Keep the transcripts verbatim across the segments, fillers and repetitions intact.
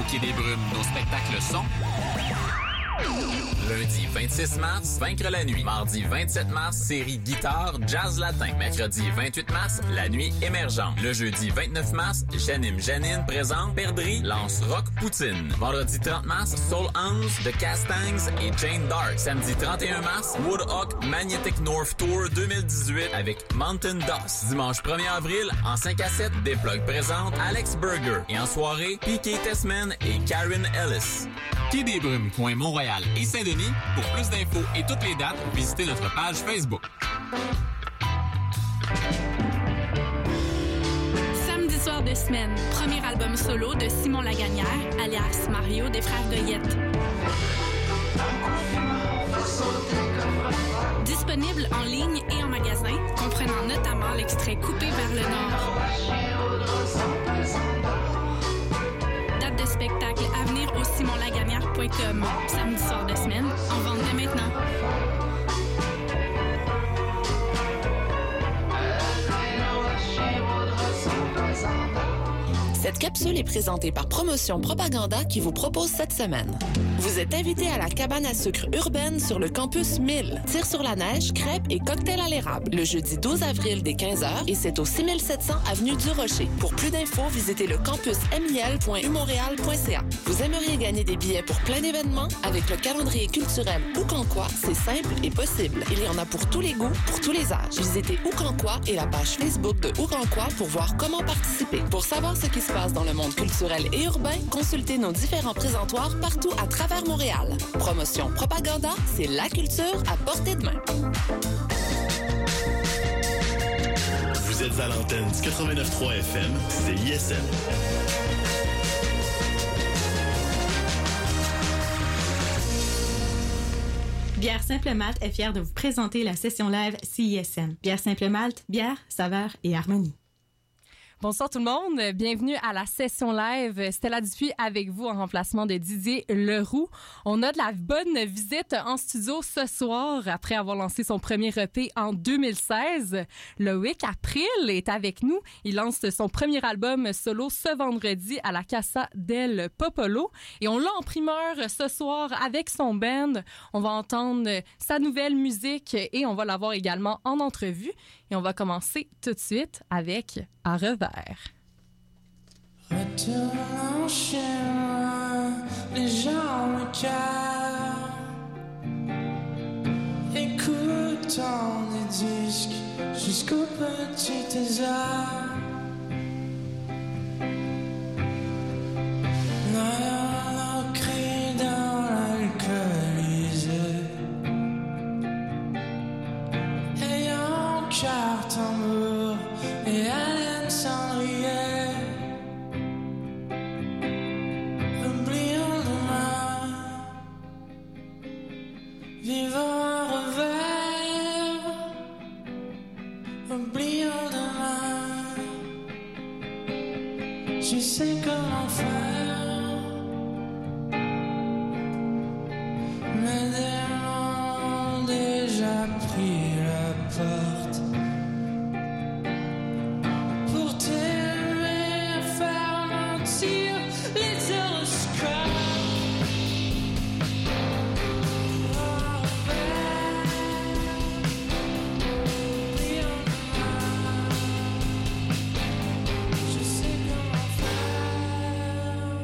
Quai des Brumes, nos spectacles sont... Lundi vingt-six mars, Vaincre la nuit. Mardi vingt-sept mars, série guitare, jazz latin. Mercredi vingt-huit mars, La nuit émergente. Le jeudi vingt-neuf mars, Janine Janine présente Perdrix, lance rock poutine. Vendredi trente mars, Soul Hounds, The Castangs et Jane Dark. Samedi trente et un mars, Woodhawk Magnetic North Tour deux mille dix-huit avec Mountain Dust. Dimanche premier avril, en cinq à sept, Déplugue présente Alex Burger. Et en soirée, P K Tessman et Karen Ellis. Quai des Brumes, coin Montréal et Saint-Denis. Pour plus d'infos et toutes les dates, visitez notre page Facebook. Samedi soir de semaine, premier album solo de Simon Lagagnière, alias Mario des Frères Goyette. Disponible en ligne et en magasin, comprenant notamment l'extrait Coupé vers le Nord. Date de spectacle à venir au simon lagagnière point com. Samedi soir de semaine, en vente dès maintenant. Cette capsule est présentée par Promotion Propaganda qui vous propose cette semaine. Vous êtes invité à la cabane à sucre urbaine sur le campus mille. Tir sur la neige, crêpes et cocktails à l'érable. Le jeudi douze avril dès quinze heures et c'est au six mille sept cents avenue du Rocher. Pour plus d'infos, visitez le campus m i l point u montréal point c a. Vous aimeriez gagner des billets pour plein d'événements? Avec le calendrier culturel Oucanquois, c'est simple et possible. Il y en a pour tous les goûts, pour tous les âges. Visitez Oucanquois et la page Facebook de Oucanquois pour voir comment participer. Pour savoir ce qui se passe dans le monde culturel et urbain, consultez nos différents présentoirs partout à travers Montréal. Promotion Propaganda, c'est la culture à portée de main. Vous êtes à l'antenne du quatre-vingt-neuf point trois F M, c'est I S M. Bière Simple Malte est fière de vous présenter la session live C I S M. Bière Simple Malte, bière, saveur et harmonie. Bonsoir tout le monde, bienvenue à la session live. Stella Dupuis avec vous en remplacement de Didier Leroux. On a de la bonne visite en studio ce soir après avoir lancé son premier E P en deux mille seize. Loïc April est avec nous. Il lance son premier album solo ce vendredi à la Casa del Popolo et on l'a en primeur ce soir avec son band. On va entendre sa nouvelle musique et on va l'avoir également en entrevue. Et on va commencer tout de suite avec À revers. Retournons chez moi, les jambes au cœur. Écoutons des disques jusqu'au petit thésard. Noyons nos cris dans l'alcoolisé. Ayons cœur tambour et haleine cendrier. Oublions demain, vivons à revers. Oublions demain, je sais comment faire. Mes démons ont déjà pris la porte. Pour t'aimer, faire mentir les horoscopes. À revers, oublions demain, je sais comment faire.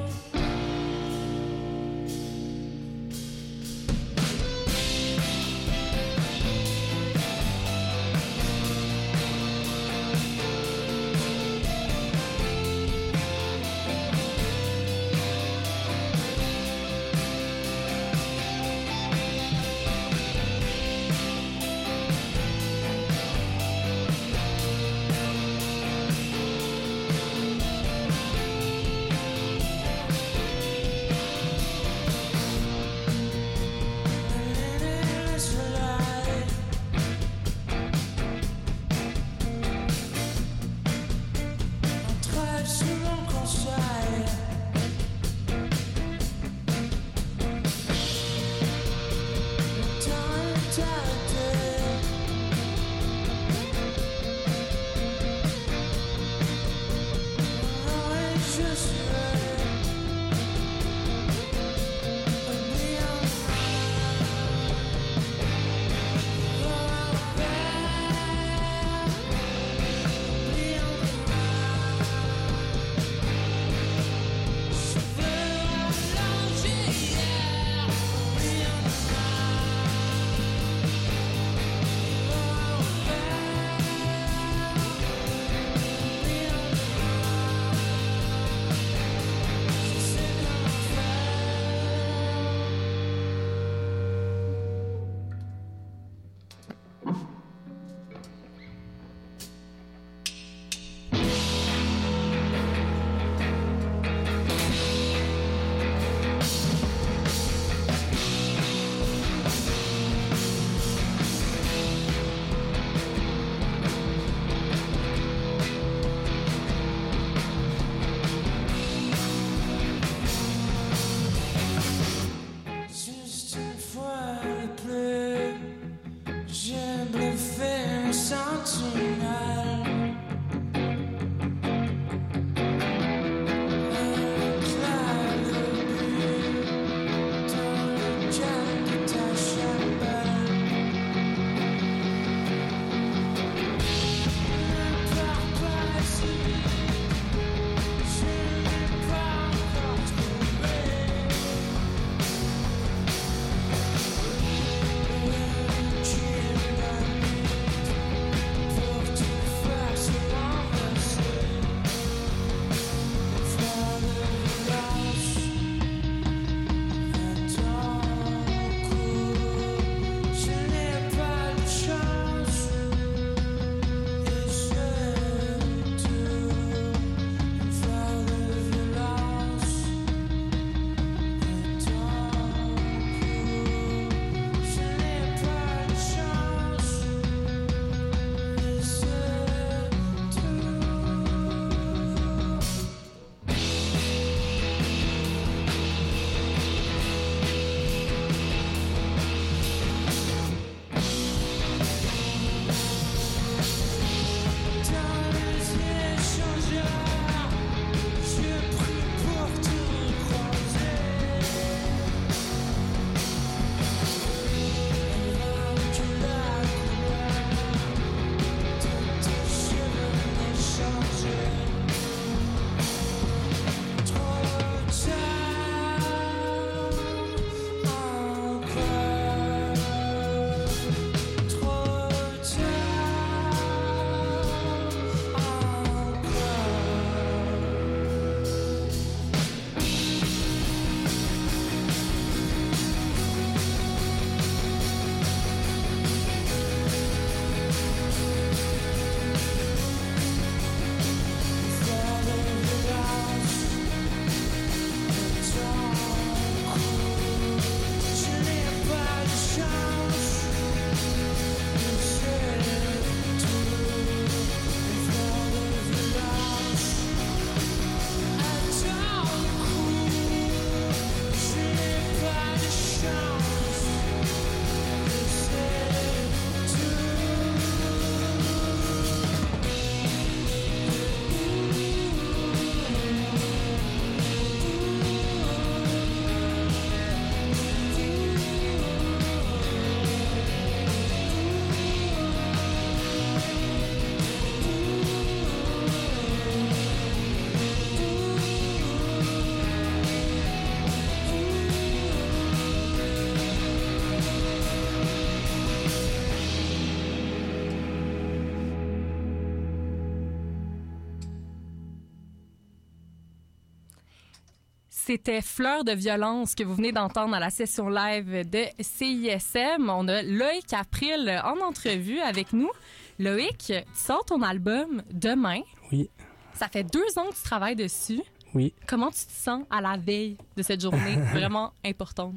C'était Fleur de violence que vous venez d'entendre à la session live de C I S M. On a Loïc April en entrevue avec nous. Loïc, tu sors ton album demain. Oui. Ça fait deux ans que tu travailles dessus. Oui. Comment tu te sens à la veille de cette journée vraiment importante?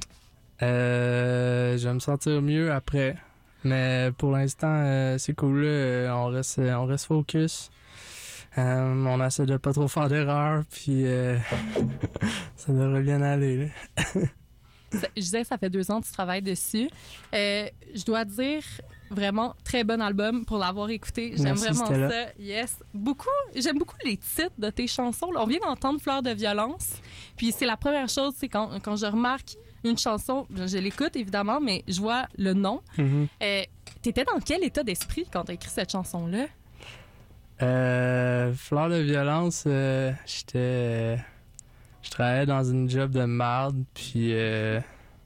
Euh, je vais me sentir mieux après. Mais pour l'instant, euh, c'est cool. Là. On reste, on reste focus. Euh, on essaie de pas trop faire d'erreurs, puis euh, ça devrait bien aller. Ça, je disais, ça fait deux ans que tu travailles dessus. Euh, je dois dire, vraiment, très bon album pour l'avoir écouté. J'aime Merci, vraiment Stella. ça. Yes. Beaucoup, j'aime beaucoup les titres de tes chansons. Là, on vient d'entendre Fleur de violence. Puis c'est la première chose, c'est quand, quand je remarque une chanson, je l'écoute évidemment, mais je vois le nom. Mm-hmm. Euh, t'étais dans quel état d'esprit quand t'as écrit cette chanson-là? Euh, Fleur de violence, euh, j'étais... Euh, je travaillais dans une job de marde, puis... Euh,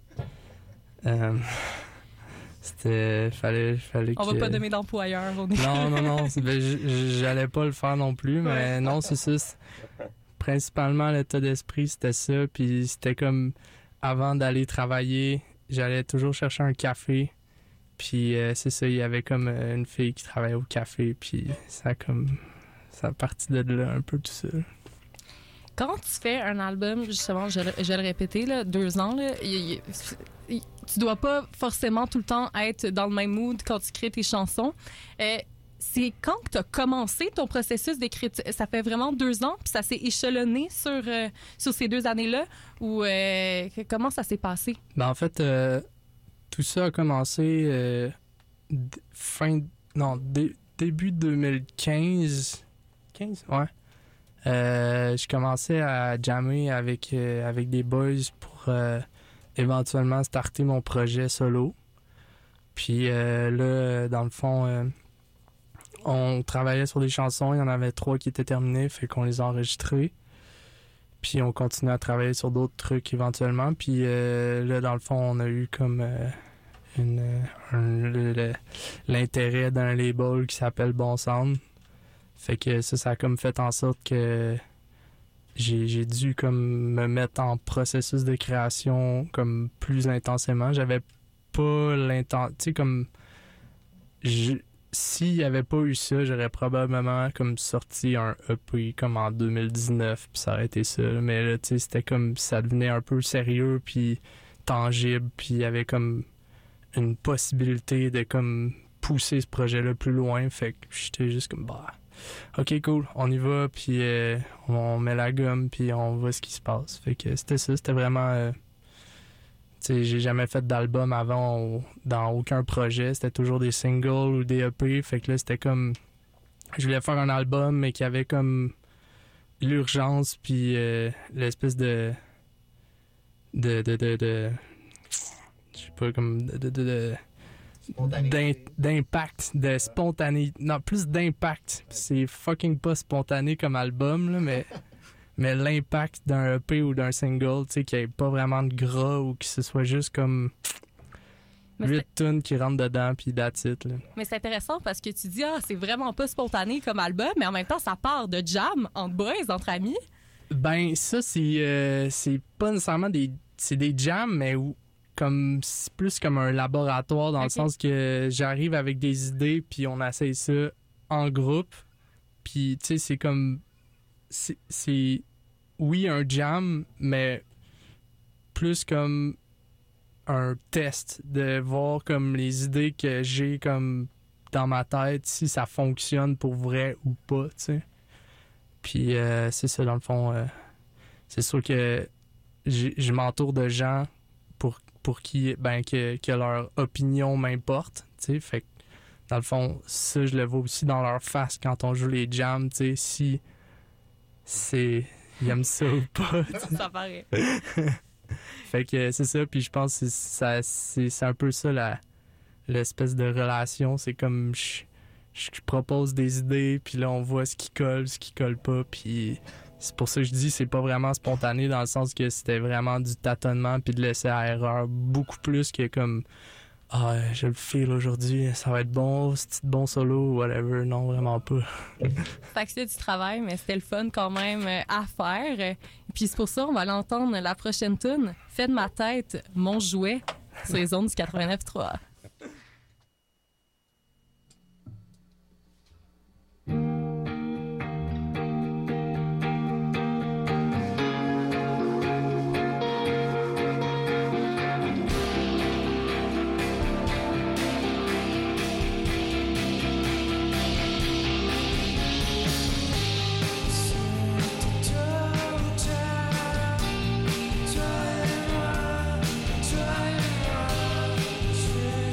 euh, c'était... Fallait, fallait On que... va pas nommer d'employeur. On est... Non, non, non. c'est- ben, j- j'allais pas le faire non plus, mais Ouais. non, c'est ça. c'est- Principalement, l'état d'esprit, c'était ça. Puis c'était comme... Avant d'aller travailler, j'allais toujours chercher un café. Puis euh, c'est ça, il y avait comme euh, une fille qui travaillait au café, puis ça a comme... Ça a parti de là un peu tout ça. Quand tu fais un album, justement, je, le- je vais le répéter, là, deux ans, là, il- il- il- tu dois pas forcément tout le temps être dans le même mood quand tu crées tes chansons. Euh, c'est quand que tu as commencé ton processus d'écriture? Ça fait vraiment deux ans, puis ça s'est échelonné sur, euh, sur ces deux années-là? Ou euh, que- comment ça s'est passé? Ben, en fait, euh, tout ça a commencé euh, d- fin, Non, dé- début deux mille quinze. quinze? Ouais. Euh, je commençais à jammer avec, euh, avec des boys pour euh, éventuellement starter mon projet solo. Puis euh, là, dans le fond, euh, on travaillait sur des chansons. Il y en avait trois qui étaient terminées, fait qu'on les a enregistrées. Puis on continuait à travailler sur d'autres trucs éventuellement. Puis euh, là, dans le fond, on a eu comme euh, une, un, le- l'intérêt d'un label qui s'appelle Bon Sound. Fait que ça, ça a comme fait en sorte que j'ai, j'ai dû comme me mettre en processus de création comme plus intensément. J'avais pas l'intention... Tu sais, comme... je- S'il y avait pas eu ça, j'aurais probablement comme sorti un E P comme en deux mille dix-neuf, puis ça aurait été ça. Mais là, tu sais, c'était comme... Ça devenait un peu sérieux, puis tangible, puis il y avait comme une possibilité de comme pousser ce projet-là plus loin. Fait que j'étais juste comme... bah OK, cool, on y va, puis euh, on met la gomme, puis on voit ce qui se passe. Fait que c'était ça, c'était vraiment... Euh, tu sais, j'ai jamais fait d'album avant au- dans aucun projet. C'était toujours des singles ou des E P. Fait que là, c'était comme... Je voulais faire un album, mais qui avait comme l'urgence, puis euh, l'espèce de... De... De... de, de je sais pas, comme... De... de, de, de d'im- d'impact, de spontané. Non, plus d'impact. C'est fucking pas spontané comme album, là, mais, mais l'impact d'un E P ou d'un single, tu sais, qu'il n'y ait pas vraiment de gras ou que ce soit juste comme Mais huit tunes qui rentrent dedans, puis that's it, là. Mais c'est intéressant parce que tu dis, ah, c'est vraiment pas spontané comme album, mais en même temps, ça part de jam entre boys, entre amis. Ben, ça, c'est, euh, c'est pas nécessairement des... C'est des jams, mais où, comme, c'est plus comme un laboratoire dans Ok. le sens que j'arrive avec des idées, puis on essaye ça en groupe. Puis, tu sais, c'est comme... C'est, c'est, oui, un jam, mais plus comme un test de voir comme les idées que j'ai comme dans ma tête, si ça fonctionne pour vrai ou pas, tu sais. Puis euh, c'est ça, dans le fond, euh, c'est sûr que j'ai- je m'entoure de gens pour, pour qui, ben, que, que leur opinion m'importe, tu sais. Fait que, dans le fond, ça, je le vois aussi dans leur face quand on joue les jams, tu sais, si c'est... Ils aiment ça ou pas, tu sais. Ça paraît. Fait que c'est ça, puis je pense que c'est, ça, c'est, c'est un peu ça la, l'espèce de relation. C'est comme je, je propose des idées, puis là on voit ce qui colle, ce qui colle pas, puis c'est pour ça que je dis c'est pas vraiment spontané dans le sens que c'était vraiment du tâtonnement puis de laisser à erreur beaucoup plus que comme ah je le feel aujourd'hui, ça va être bon, c'est bon solo, whatever. Non, vraiment pas. Fait que c'était du travail, mais c'était le fun quand même euh, à faire. Et puis c'est pour ça, on va l'entendre la prochaine tune. Fais de ma tête mon jouet sur les ondes du quatre-vingt-neuf trois. Toi et moi, toi et moi, je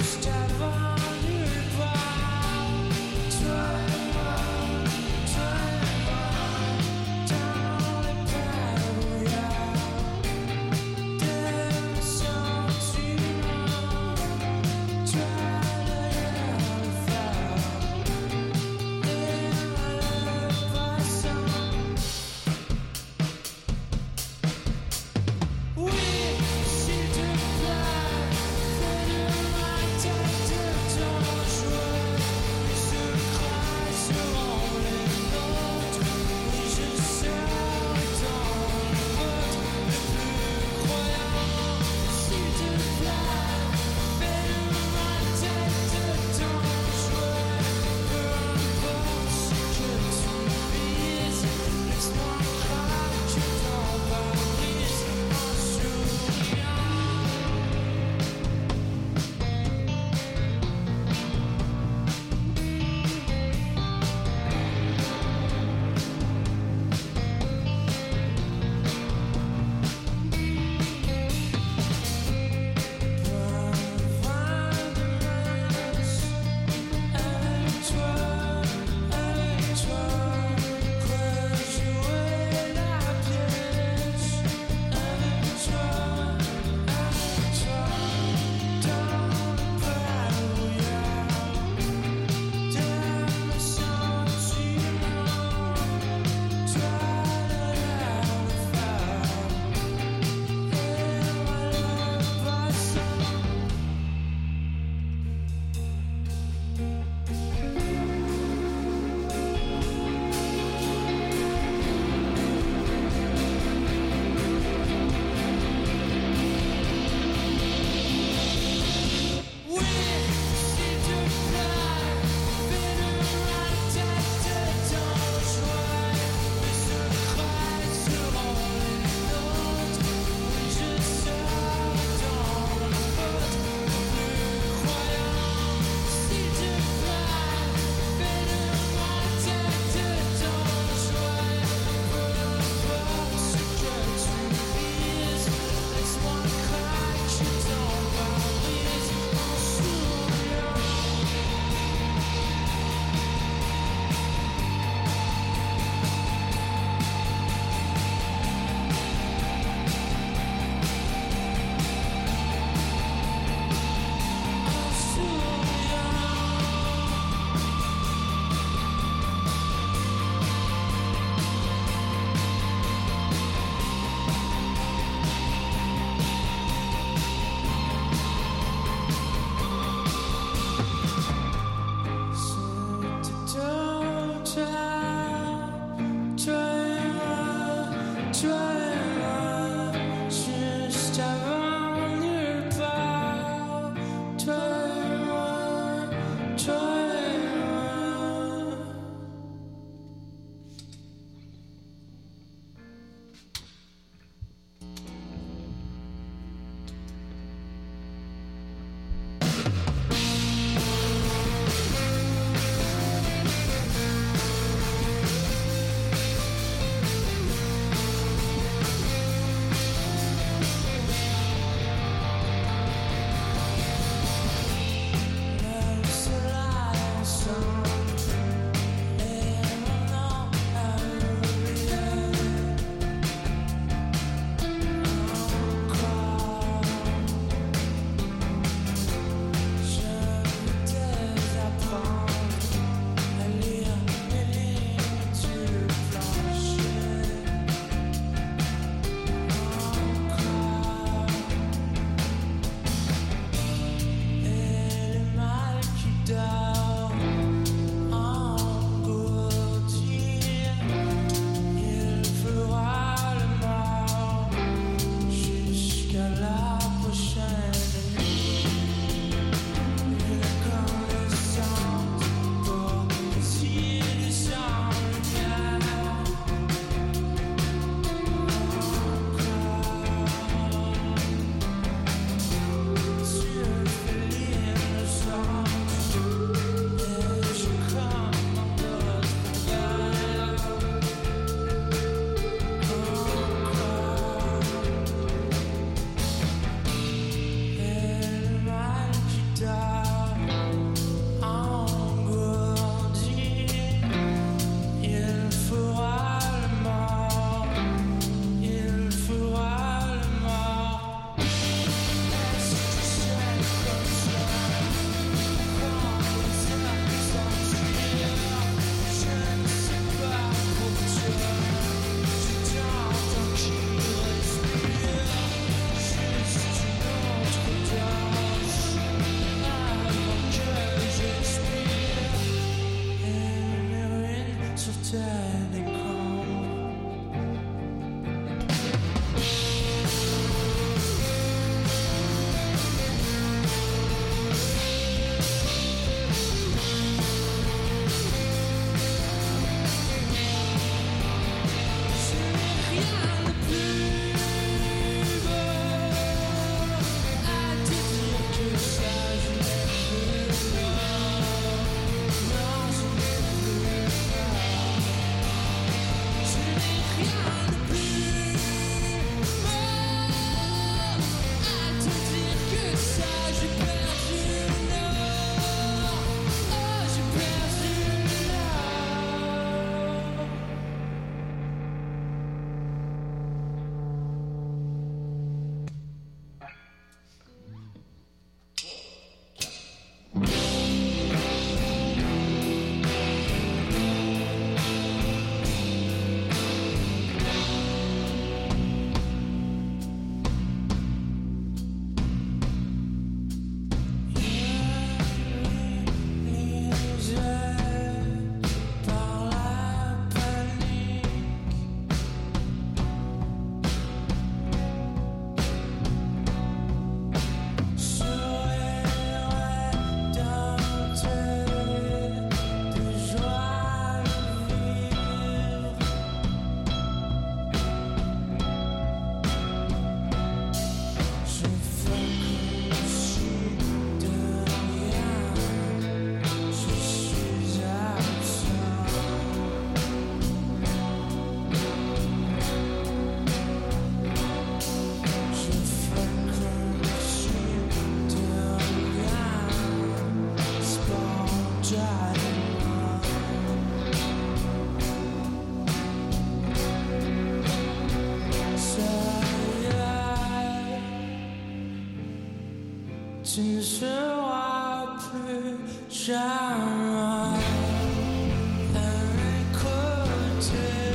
tu ne seras plus jamais à mes côtés.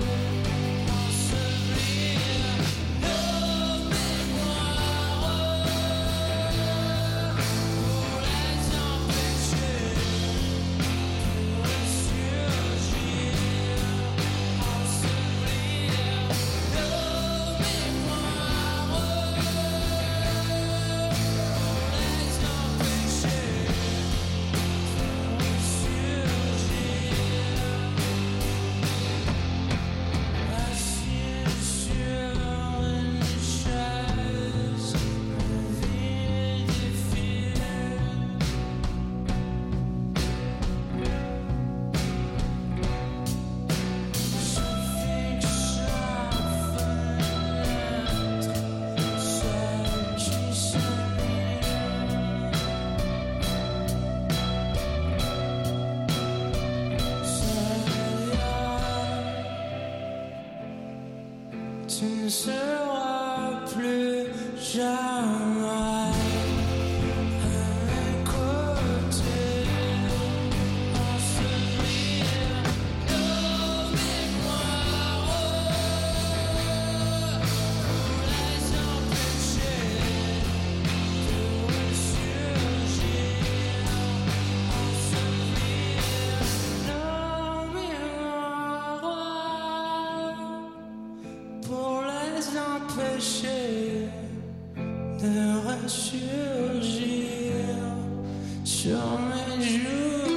Ensevelir nos mémoires pour les empêcher de ressurgir. Ensevelir nos mémoires pour les empêcher de ressurgir. Assis sur une chaise, la vie défile. Je fixe la fenêtre, celle qui s'allume. Celle-là, tu ne seras plus jamais à mes côtés. Ensevelir nos mémoires pour les empêcher de ressurgir. Ensevelir nos mémoires pour les empêcher de ressurgir sur mes joues.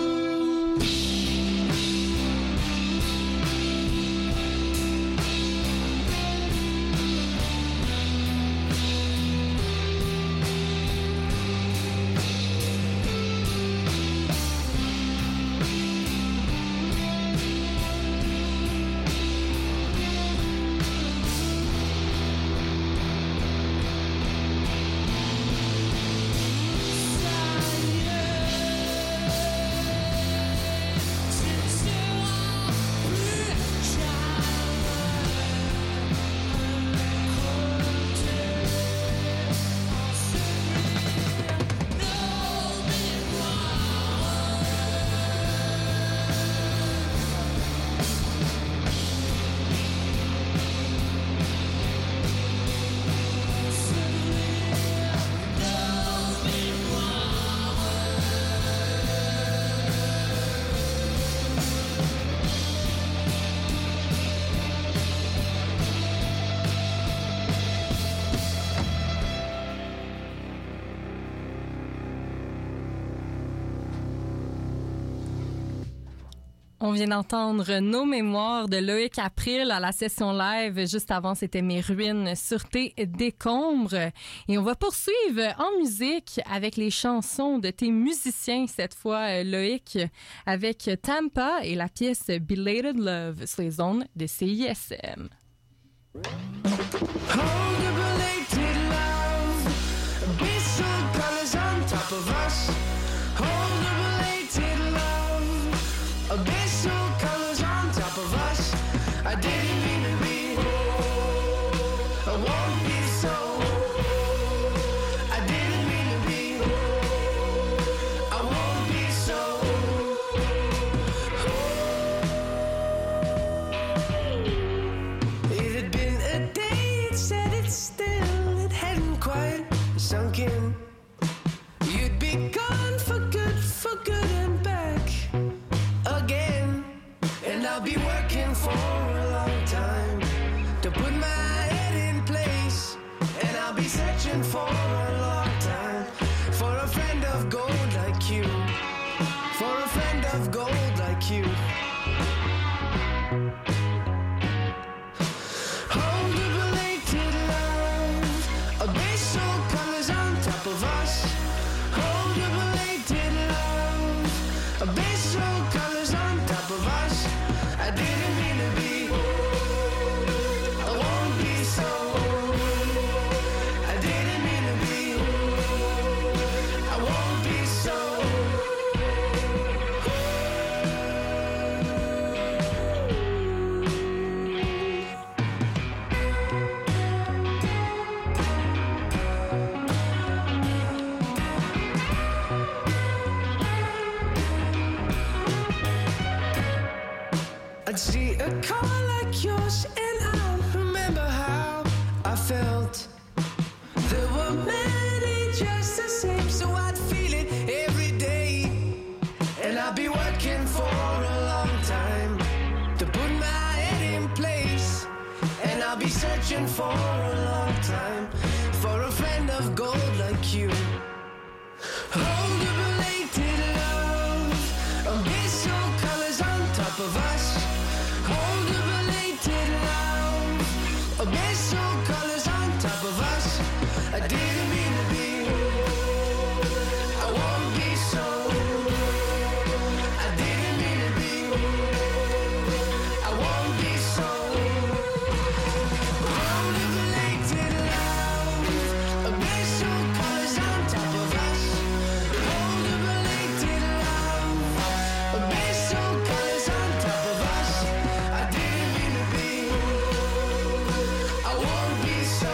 On vient d'entendre Nos mémoires de Loïc April à la session live. Juste avant, c'était Mes ruines sur tes décombres. Et on va poursuivre en musique avec les chansons de tes musiciens, cette fois, Loïc, avec Tampa et la pièce Belated Love sur les ondes de C I S M. Hold the belated love, be so colors on top of us. Hold the belated love, a be so colors on top of us. I didn't mean to be, I won't be so. I didn't mean to be, I won't be so. It had been a day, it said it still, it hadn't quite sunk in. You'd be gone for good, for good and back again. And I'll be working for a long time to put my head in place. And I'll be searching for a long time for a friend of gold like you, for a friend of gold like you. Hold the belated love, a base so colors on top of us. Hold the belated love, a base so colors on top of us. I didn't mean to be, I won't be so. I didn't mean to be, I won't be so. I'd see a car like yours and I remember how I felt. There were many just the same, so I'd feel it every day. And I'll be working for a long time to put my head in place. And I'll be searching for a long time for a friend of gold like you. Hold the belated love, abyssal colors on top of us. Hold the belated love, abyssal colors on top of us. I didn't mean to be, I won't be so. I didn't mean to be, I won't be so. Hold the belated love, abyssal colors on top of us. Hold the belated love, abyssal colors on top of us. I didn't mean to be, I won't be so.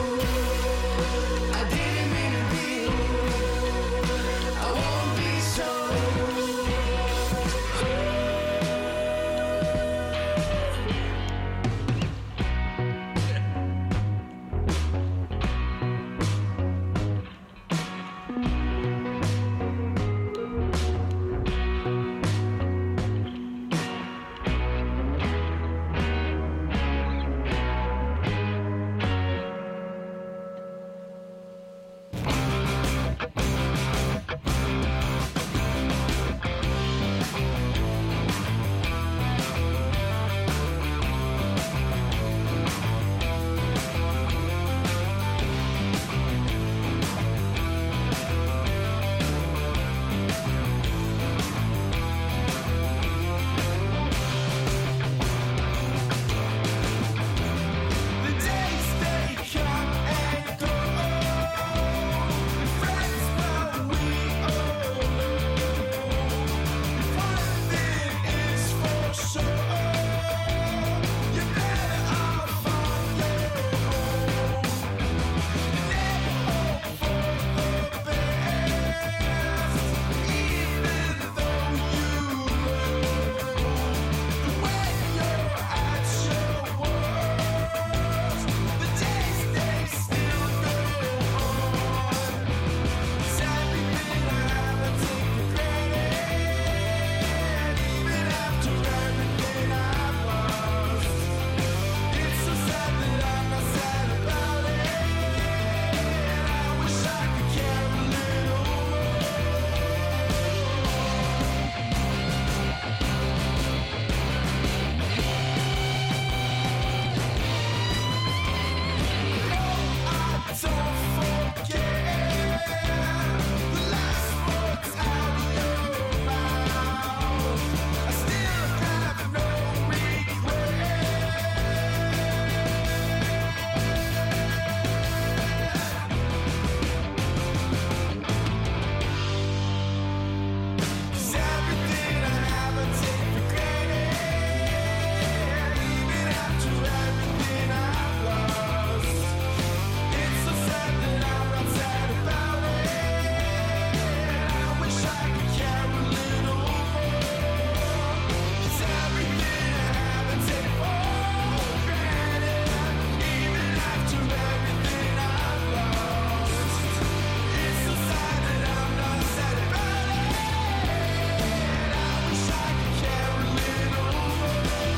I didn't mean to be, I won't be so. The days they come and go, friends but we owe. One thing is for sure, you better off on your own. Never hope for the best, even though you know when you're at your worst, the days they still go on. It's everything I ever take for granted, even after everything I've lost. It's so sad that I'm not sad about it. I wish I could care a little more. I don't forget the last words out of your mouth. I still have no regret. Cause everything I have I take for granted, even after everything I've lost. It's so sad that I'm not sad about it. I wish I could care a little more. Cause everything I have I take for granted, even after everything I've lost. It's so sad that I'm not sad about it. I wish I could care a little more.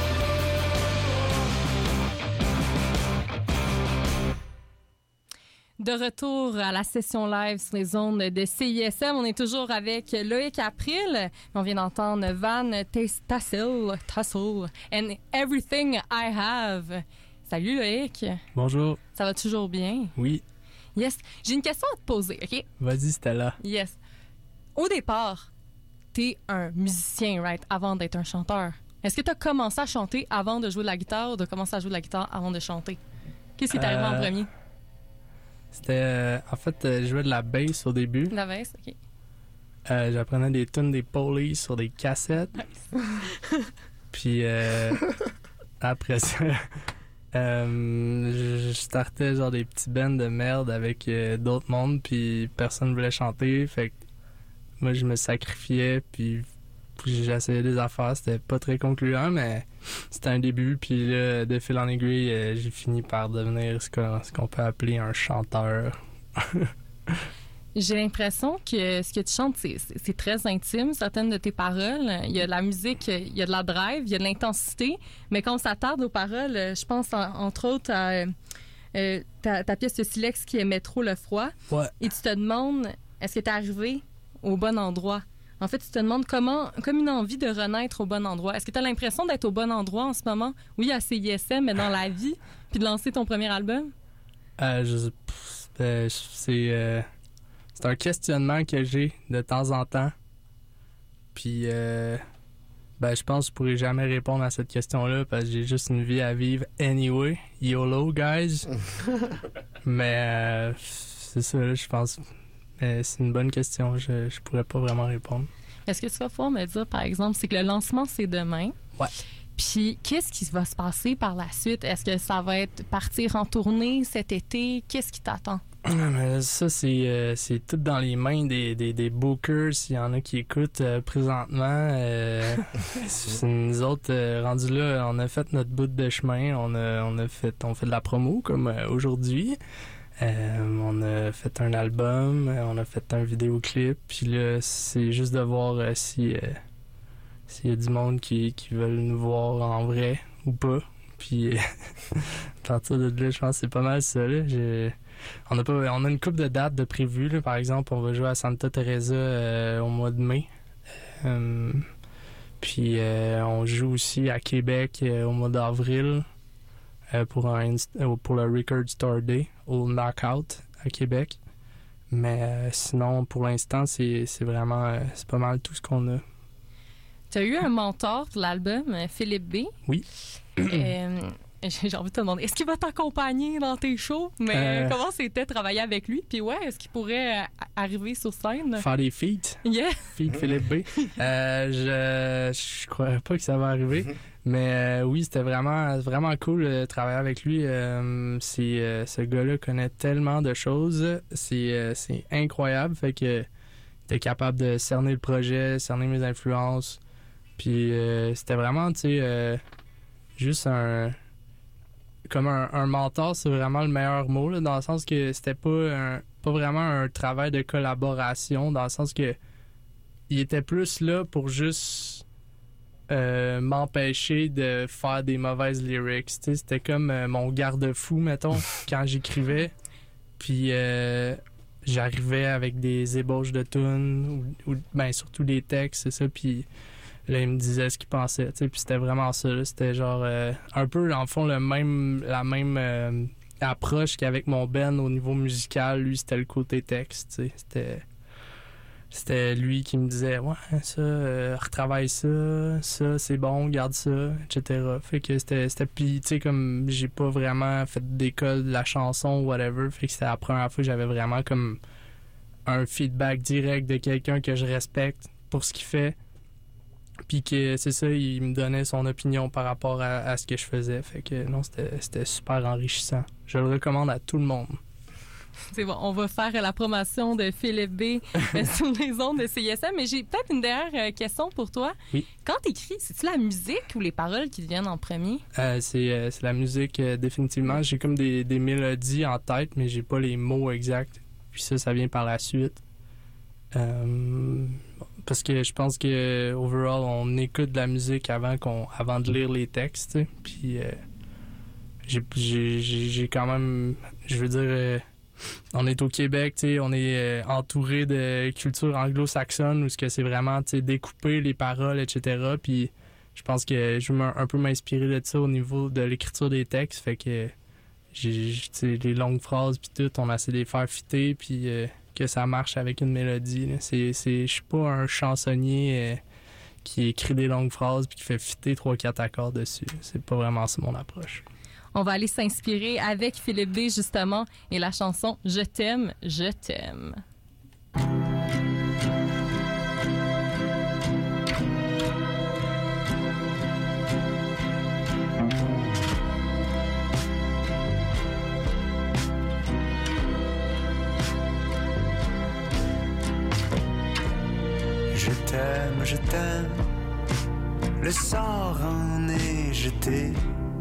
De retour à la session live sur les ondes de C I S M, on est toujours avec Loïc April. On vient d'entendre Van Tassel, Tassel and Everything I Have. Salut Loïc, Bonjour. ça va toujours bien? Oui, Yes, j'ai une question à te poser, OK? vas-y, Stella. Yes. Au départ, t'es un musicien, right, avant d'être un chanteur. Est-ce que t'as commencé à chanter avant de jouer de la guitare ou t'as commencé à jouer de la guitare avant de chanter? Qu'est-ce qui t'est arrivé en Euh, premier? C'était. euh, en fait, euh, je jouais de la bass au début. La baisse, OK. Euh, J'apprenais des tunes des Police sur des cassettes. Puis euh, après ça, euh, je startais genre des petits bands de merde avec euh, d'autres mondes, puis personne voulait chanter. Fait que moi, je me sacrifiais, puis j'essayais des affaires, c'était pas très concluant, mais c'était un début. Puis là, de fil en aiguille, euh, j'ai fini par devenir ce qu'on, ce qu'on peut appeler un chanteur. J'ai l'impression que ce que tu chantes, c'est, c'est très intime, certaines de tes paroles. Il y a de la musique, il y a de la drive, il y a de l'intensité. Mais quand on s'attarde aux paroles, je pense en, entre autres à euh, ta, ta pièce de Silex qui aimait trop le froid. Ouais. Et tu te demandes, est-ce que tu es arrivé au bon endroit? En fait, tu te demandes comment, comme une envie de renaître au bon endroit. Est-ce que tu as l'impression d'être au bon endroit en ce moment? Oui, à C I S M, mais dans la vie, puis de lancer ton premier album? Euh, je, c'est... c'est euh... C'est un questionnement que j'ai de temps en temps. Puis, euh, ben, je pense que je pourrais jamais répondre à cette question-là parce que j'ai juste une vie à vivre anyway. YOLO, guys. Mais euh, c'est ça, là, je pense. Mais c'est une bonne question. Je, je pourrais pas vraiment répondre. Est-ce que tu vas pouvoir me dire, par exemple, c'est que le lancement, c'est demain. Ouais. Puis, qu'est-ce qui va se passer par la suite? Est-ce que ça va être partir en tournée cet été? Qu'est-ce qui t'attend? Mais ça, c'est, euh, c'est tout dans les mains des, des, des bookers, s'il y en a qui écoutent euh, présentement. Euh, c'est nous autres, euh, rendus là, on a fait notre bout de chemin. On a, on a fait, on fait de la promo, comme euh, aujourd'hui. Euh, on a fait un album, on a fait un vidéoclip. Puis là, c'est juste de voir euh, si, euh, s'il y a du monde qui, qui veulent nous voir en vrai ou pas. Puis, à partir de là, je pense que c'est pas mal ça, là. J'ai... On a, pas, on a une couple de dates de prévues. Là. Par exemple, on va jouer à Santa Teresa euh, au mois de mai. Euh, puis euh, on joue aussi à Québec euh, au mois d'avril euh, pour, un, pour le Record Store Day au Knockout à Québec. Mais euh, sinon, pour l'instant, c'est, c'est vraiment euh, c'est pas mal tout ce qu'on a. Tu as eu un mentor pour l'album, Philippe B. Oui. euh, J'ai envie de te demander, est-ce qu'il va t'accompagner dans tes shows? Mais euh... comment c'était travailler avec lui? Puis ouais, est-ce qu'il pourrait euh, arriver sur scène? Faire des feats? Yeah! Feats Philippe B. euh, je, je crois pas que ça va arriver. Mais euh, oui, c'était vraiment, vraiment cool de travailler avec lui. Euh, c'est, euh, ce gars-là connaît tellement de choses. C'est, euh, c'est incroyable. Fait que il était capable de cerner le projet, cerner mes influences. Puis euh, c'était vraiment, tu sais, euh, juste un... Comme un, un mentor, c'est vraiment le meilleur mot, là, dans le sens que c'était pas un, pas vraiment un travail de collaboration, dans le sens que il était plus là pour juste euh, m'empêcher de faire des mauvaises lyrics. T'sais, c'était comme euh, mon garde-fou, mettons, quand j'écrivais. Puis euh, j'arrivais avec des ébauches de tunes, ou, ou ben, surtout des textes, c'est ça, puis... Là, il me disait ce qu'il pensait, tu sais, puis c'était vraiment ça, là. C'était genre euh, un peu, dans le fond, le même, la même euh, approche qu'avec mon Ben au niveau musical. Lui, c'était le côté texte, tu sais. C'était, c'était lui qui me disait, ouais, ça, euh, retravaille ça, ça, c'est bon, garde ça, et cetera. Fait que c'était, c'était puis, tu sais, comme j'ai pas vraiment fait d'école de la chanson ou whatever, fait que c'était la première fois que j'avais vraiment comme un feedback direct de quelqu'un que je respecte pour ce qu'il fait. Puis que c'est ça, il me donnait son opinion par rapport à, à ce que je faisais. Fait que non, c'était, c'était super enrichissant. Je le recommande à tout le monde. C'est bon, on va faire la promotion de Philippe B sur les ondes de C I S M. Mais j'ai peut-être une dernière question pour toi. Oui. Quand t'écris, c'est-tu la musique ou les paroles qui te viennent en premier? Euh, c'est, euh, c'est la musique, euh, définitivement. J'ai comme des, des mélodies en tête, mais j'ai pas les mots exacts. Puis ça, ça vient par la suite. Euh... Parce que je pense que overall on écoute de la musique avant qu'on avant de lire les textes, t'sais. Puis euh, j'ai, j'ai, j'ai quand même, je veux dire, euh, on est au Québec, t'sais, on est euh, entouré de culture anglo-saxonne où ce que c'est vraiment, t'sais, découper les paroles, et cetera. Puis je pense que je veux un peu m'inspirer de ça au niveau de l'écriture des textes, fait que j'ai, t'sais, les longues phrases puis tout, on essaie de les faire fitter, puis euh, que ça marche avec une mélodie. Là. C'est, c'est, je suis pas un chansonnier euh, qui écrit des longues phrases puis qui fait fitter trois quatre accords dessus. C'est pas vraiment ça mon approche. On va aller s'inspirer avec Philippe B, justement, et la chanson « Je t'aime, je t'aime ». Je t'aime, je t'aime, sort en est jeté,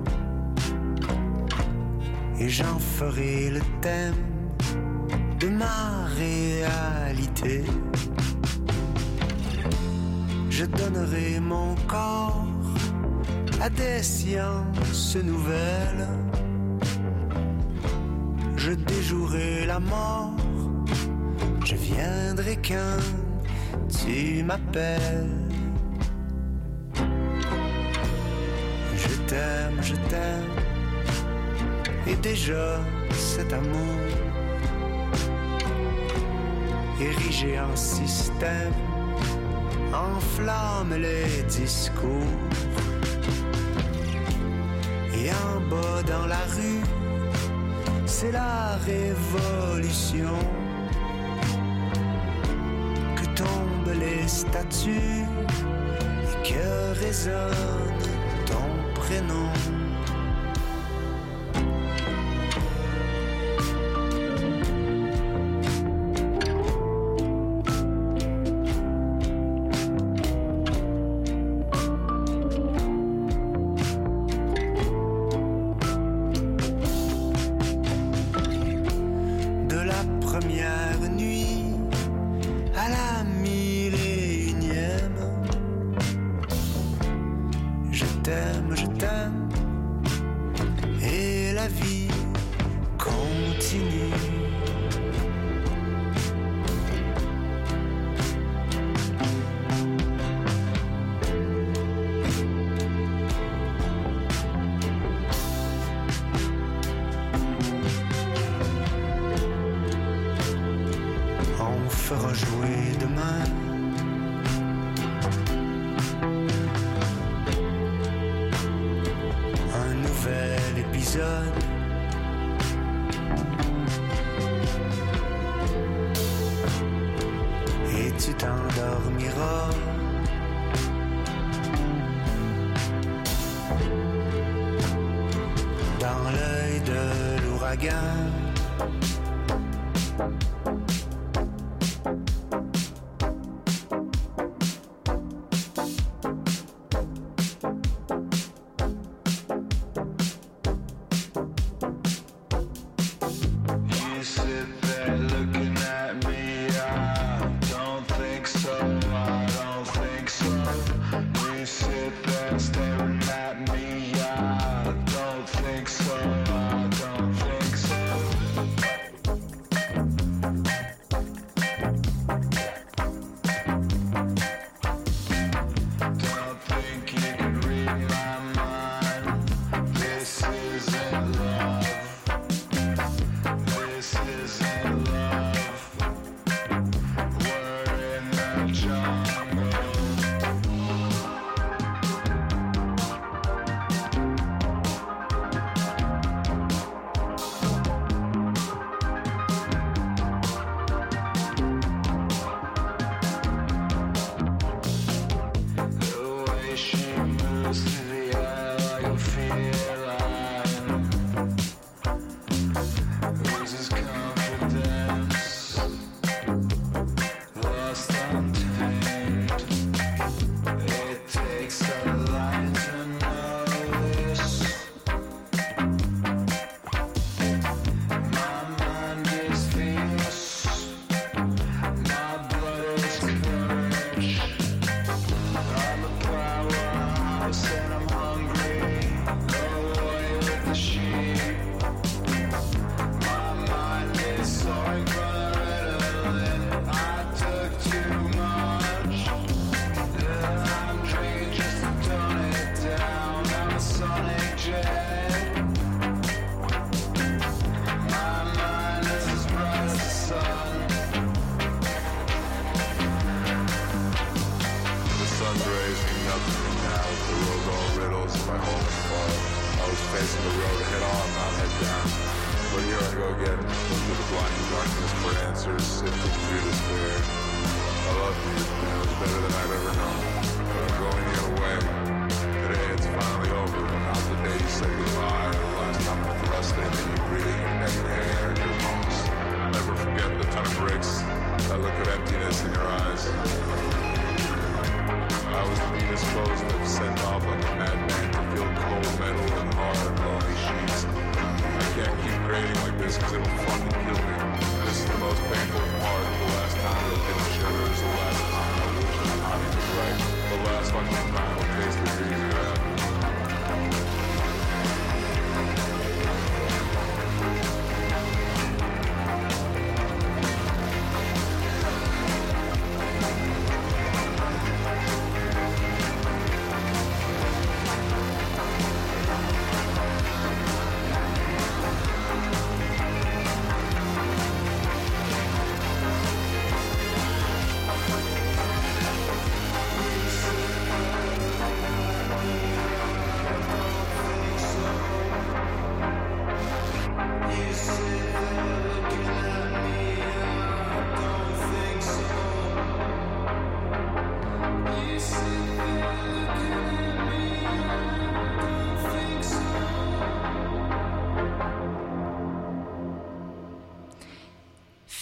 et j'en ferai le thème de ma réalité. Je donnerai mon corps à des sciences nouvelles. Je déjouerai la mort, je viendrai quand tu m'appelles. Je t'aime, je t'aime, et déjà cet amour érigé en système enflamme les discours. Et en bas dans la rue, c'est la révolution. Que tombent les statues et que résonne ton prénom. I was predisposed to send off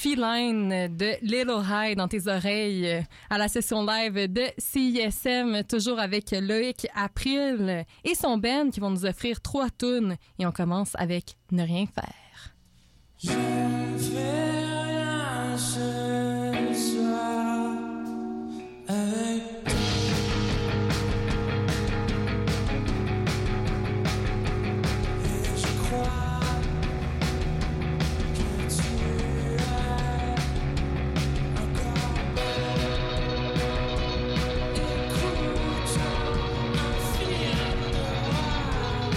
Keyline de Little High dans tes oreilles à la session live de C I S M, toujours avec Loïc April et son band qui vont nous offrir trois tunes. Et on commence avec Ne rien faire. Je ne fais rien ce soir avec toi. Et je crois que tu es encore écoute un film d'horreur.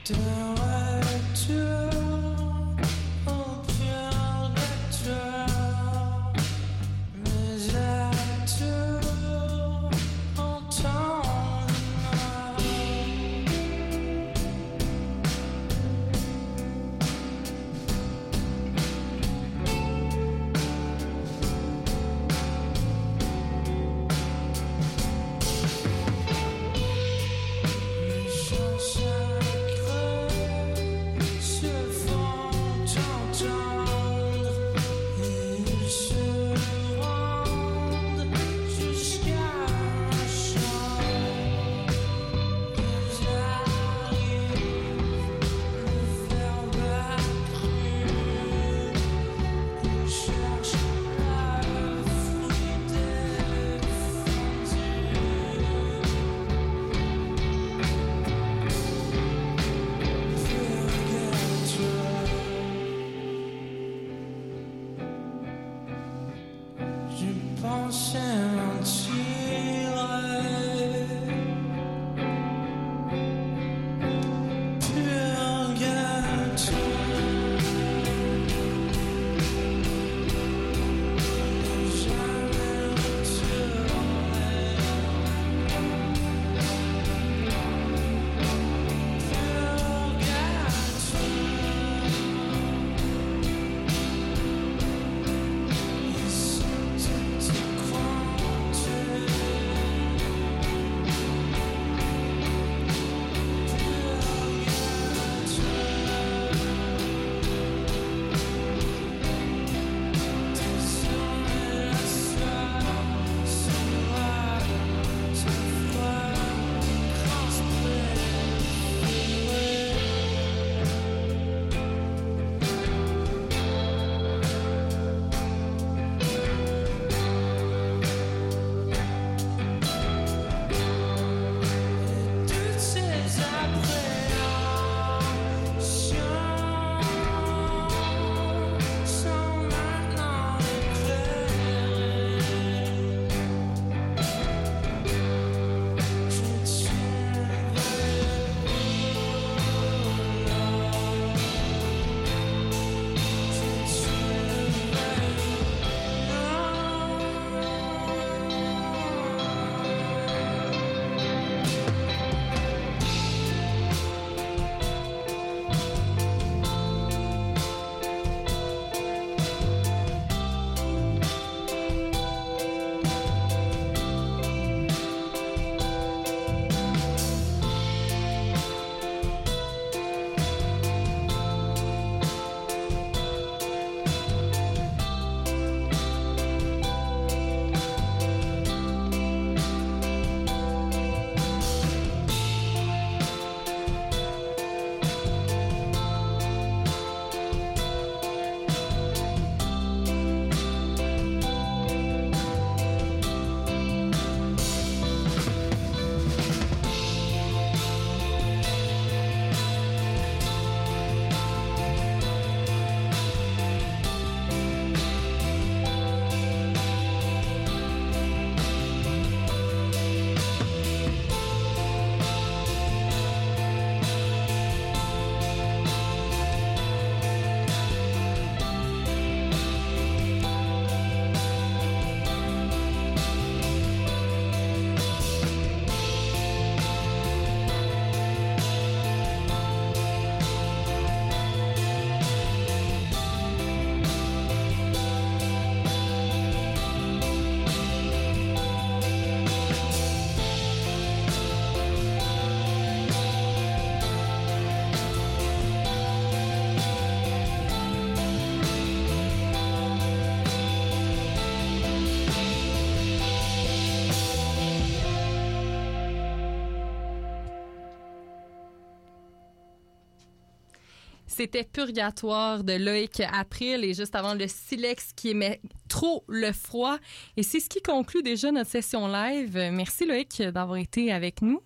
C'était Purgatoire de Loïc April et juste avant le Silex qui émet trop le froid. Et c'est ce qui conclut déjà notre session live. Merci Loïc d'avoir été avec nous.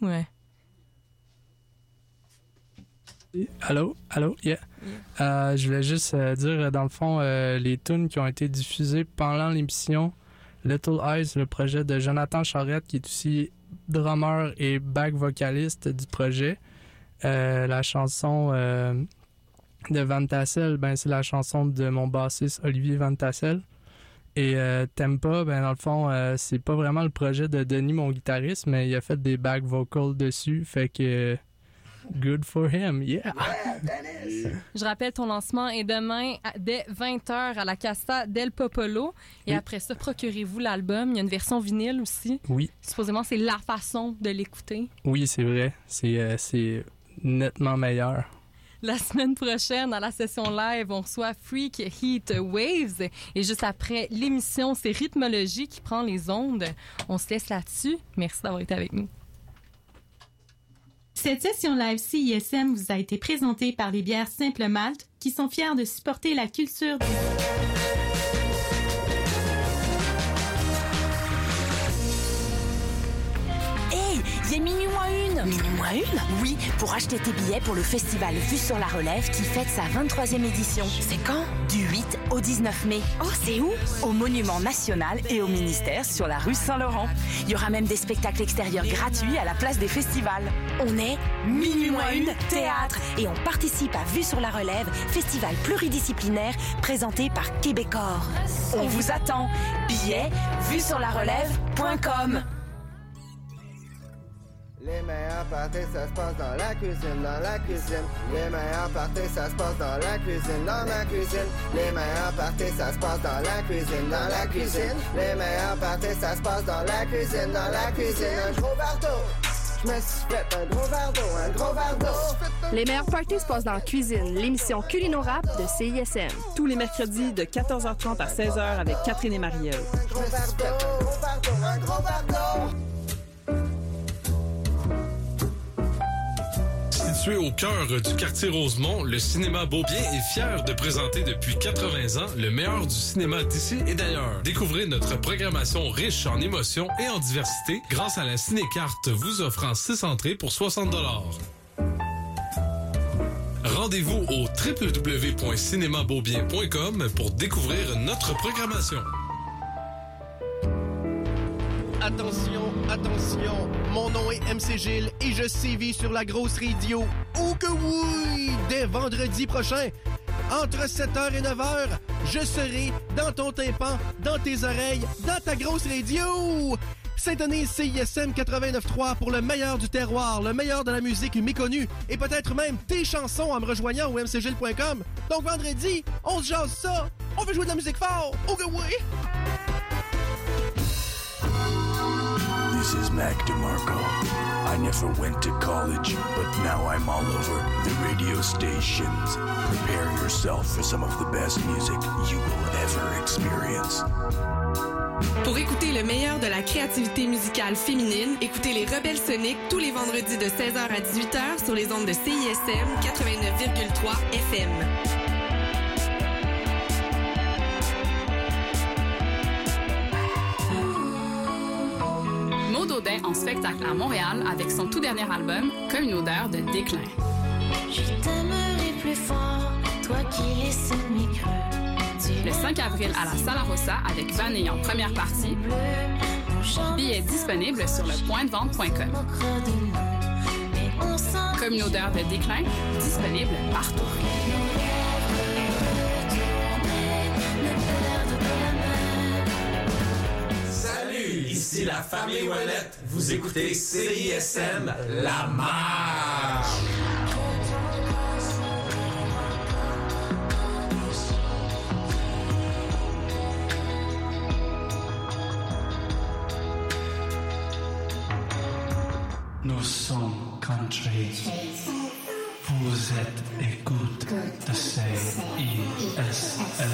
Allô? Allô? Yeah. yeah. Euh, je voulais juste euh, dire, dans le fond, euh, les tunes qui ont été diffusées pendant l'émission Little Eyes, le projet de Jonathan Charette, qui est aussi drummer et back vocaliste du projet. Euh, la chanson euh, de Van Tassel, ben, c'est la chanson de mon bassiste Olivier Van Tassel. Et euh, Tempa, ben, dans le fond, euh, c'est pas vraiment le projet de Denis, mon guitariste, mais il a fait des back vocals dessus, fait que good for him, yeah! Je rappelle, ton lancement est demain à, dès vingt heures à la Casa del Popolo. Et oui. Après ça, procurez-vous l'album. Il y a une version vinyle aussi. Oui. Supposément, c'est la façon de l'écouter. Oui, c'est vrai. C'est, euh, c'est nettement meilleur. La semaine prochaine, à la session live, on reçoit Freak Heat Waves. Et juste après l'émission, c'est Rythmologie qui prend les ondes. On se laisse là-dessus. Merci d'avoir été avec nous. Cette session live C I S M vous a été présentée par les bières Simple Malte qui sont fiers de supporter la culture du... Hey, il est minuit moins une. Minuit moins une? Oui, pour acheter tes billets pour le festival Vue sur la Relève qui fête sa vingt-troisième édition. C'est quand? Du huit au dix-neuf mai. Oh, c'est où? Au Monument National et au ministère sur la rue Saint-Laurent. Il y aura même des spectacles extérieurs gratuits à la place des festivals. On est Minuit moins une théâtre et on participe à Vue sur la Relève, festival pluridisciplinaire présenté par Québecor. On vous attend. Billets vue sur la relève point com. Les meilleurs parties, ça se passe dans la cuisine, dans la cuisine. Les meilleurs parties, ça se passe dans la cuisine, dans la cuisine. Les meilleurs parties, ça se passe dans la cuisine, dans la cuisine. Les meilleurs parties, ça se passe dans la cuisine, dans la cuisine. Un gros verre d'eau. Je me suis fait un gros verre d'eau, un gros verre d'eau. Les meilleurs parties se passent dans la cuisine, l'émission Culino-Rap de C I S M. Tous les mercredis de quatorze heures trente à seize heures avec Catherine et Marielle. Un gros verre d'eau, un gros verre d'eau, un gros verre d'eau. Situé au cœur du quartier Rosemont, le cinéma Beaubien est fier de présenter depuis quatre-vingts ans le meilleur du cinéma d'ici et d'ailleurs. Découvrez notre programmation riche en émotions et en diversité grâce à la Cinécarte vous offrant six entrées pour soixante dollars. Rendez-vous au w w w point cinéma beaubien point com pour découvrir notre programmation. Attention, attention, mon nom est M C Gilles et je sévis sur la grosse radio. Oh que oui! Dès vendredi prochain, entre sept heures et neuf heures, je serai dans ton tympan, dans tes oreilles, dans ta grosse radio! Syntonise C I S M quatre-vingt-neuf trois pour le meilleur du terroir, le meilleur de la musique méconnue et peut-être même tes chansons en me rejoignant au m c gilles point com. Donc vendredi, on se jase ça! On veut jouer de la musique fort! Oh que oui! This is Mac DeMarco. I never went to college, but now I'm all over the radio stations. Prepare yourself for some of the best music you will ever experience. Pour écouter le meilleur de la créativité musicale féminine, écoutez les Rebelles Soniques tous les vendredis de seize heures à dix-huit heures sur les ondes de C I S M quatre-vingt-neuf virgule trois F M. Maud Audin en spectacle à Montréal avec son tout dernier album, Comme une odeur de déclin. Je t'aimerai plus fort, toi qui laisses mes creux. Le cinq avril à la Sala Rossa avec Vanille en première partie. Billets disponibles sur le point de vente point com. Comme une odeur de déclin, disponible partout. Salut, ici la famille Ouellette. Vous écoutez C I S M, La Marche. Nous sommes country. Vous êtes écoute de C I S M.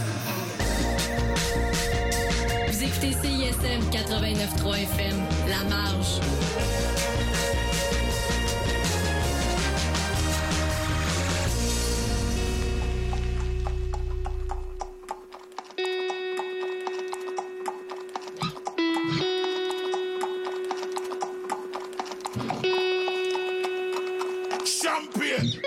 Vous écoutez C I S M quatre-vingt-neuf trois F M, La Marge. Champion!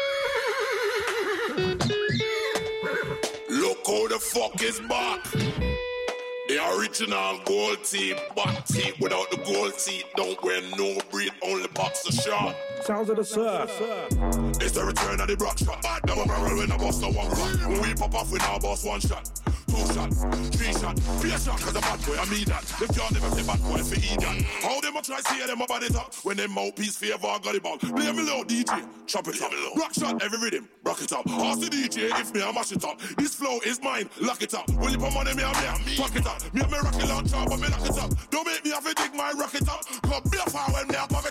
Look who the fuck is back! The original gold teeth, back teeth without the gold teeth. Don't wear no breed, only boxer short. Sounds of the surf. It's the return of the Brock shot. Them a barrel when I bust no one cut. When we pop off, we now bust one shot. Two shot, three shot, be a shot, cause a bad boy, I mean that. Them can't never say bad boy for idiot. How them a try see them about it up when them mouthpiece favor got it back. Play me low, D J, chop it up. Rock shot, every rhythm, rock it up. Ask the D J if me I mash it up. This flow is mine, lock it up. Will you put money me and me, fuck it up. Me and me rock it launcher, but me lock it up. Don't make me have to dig my rocket up. Cause be a fire when me up.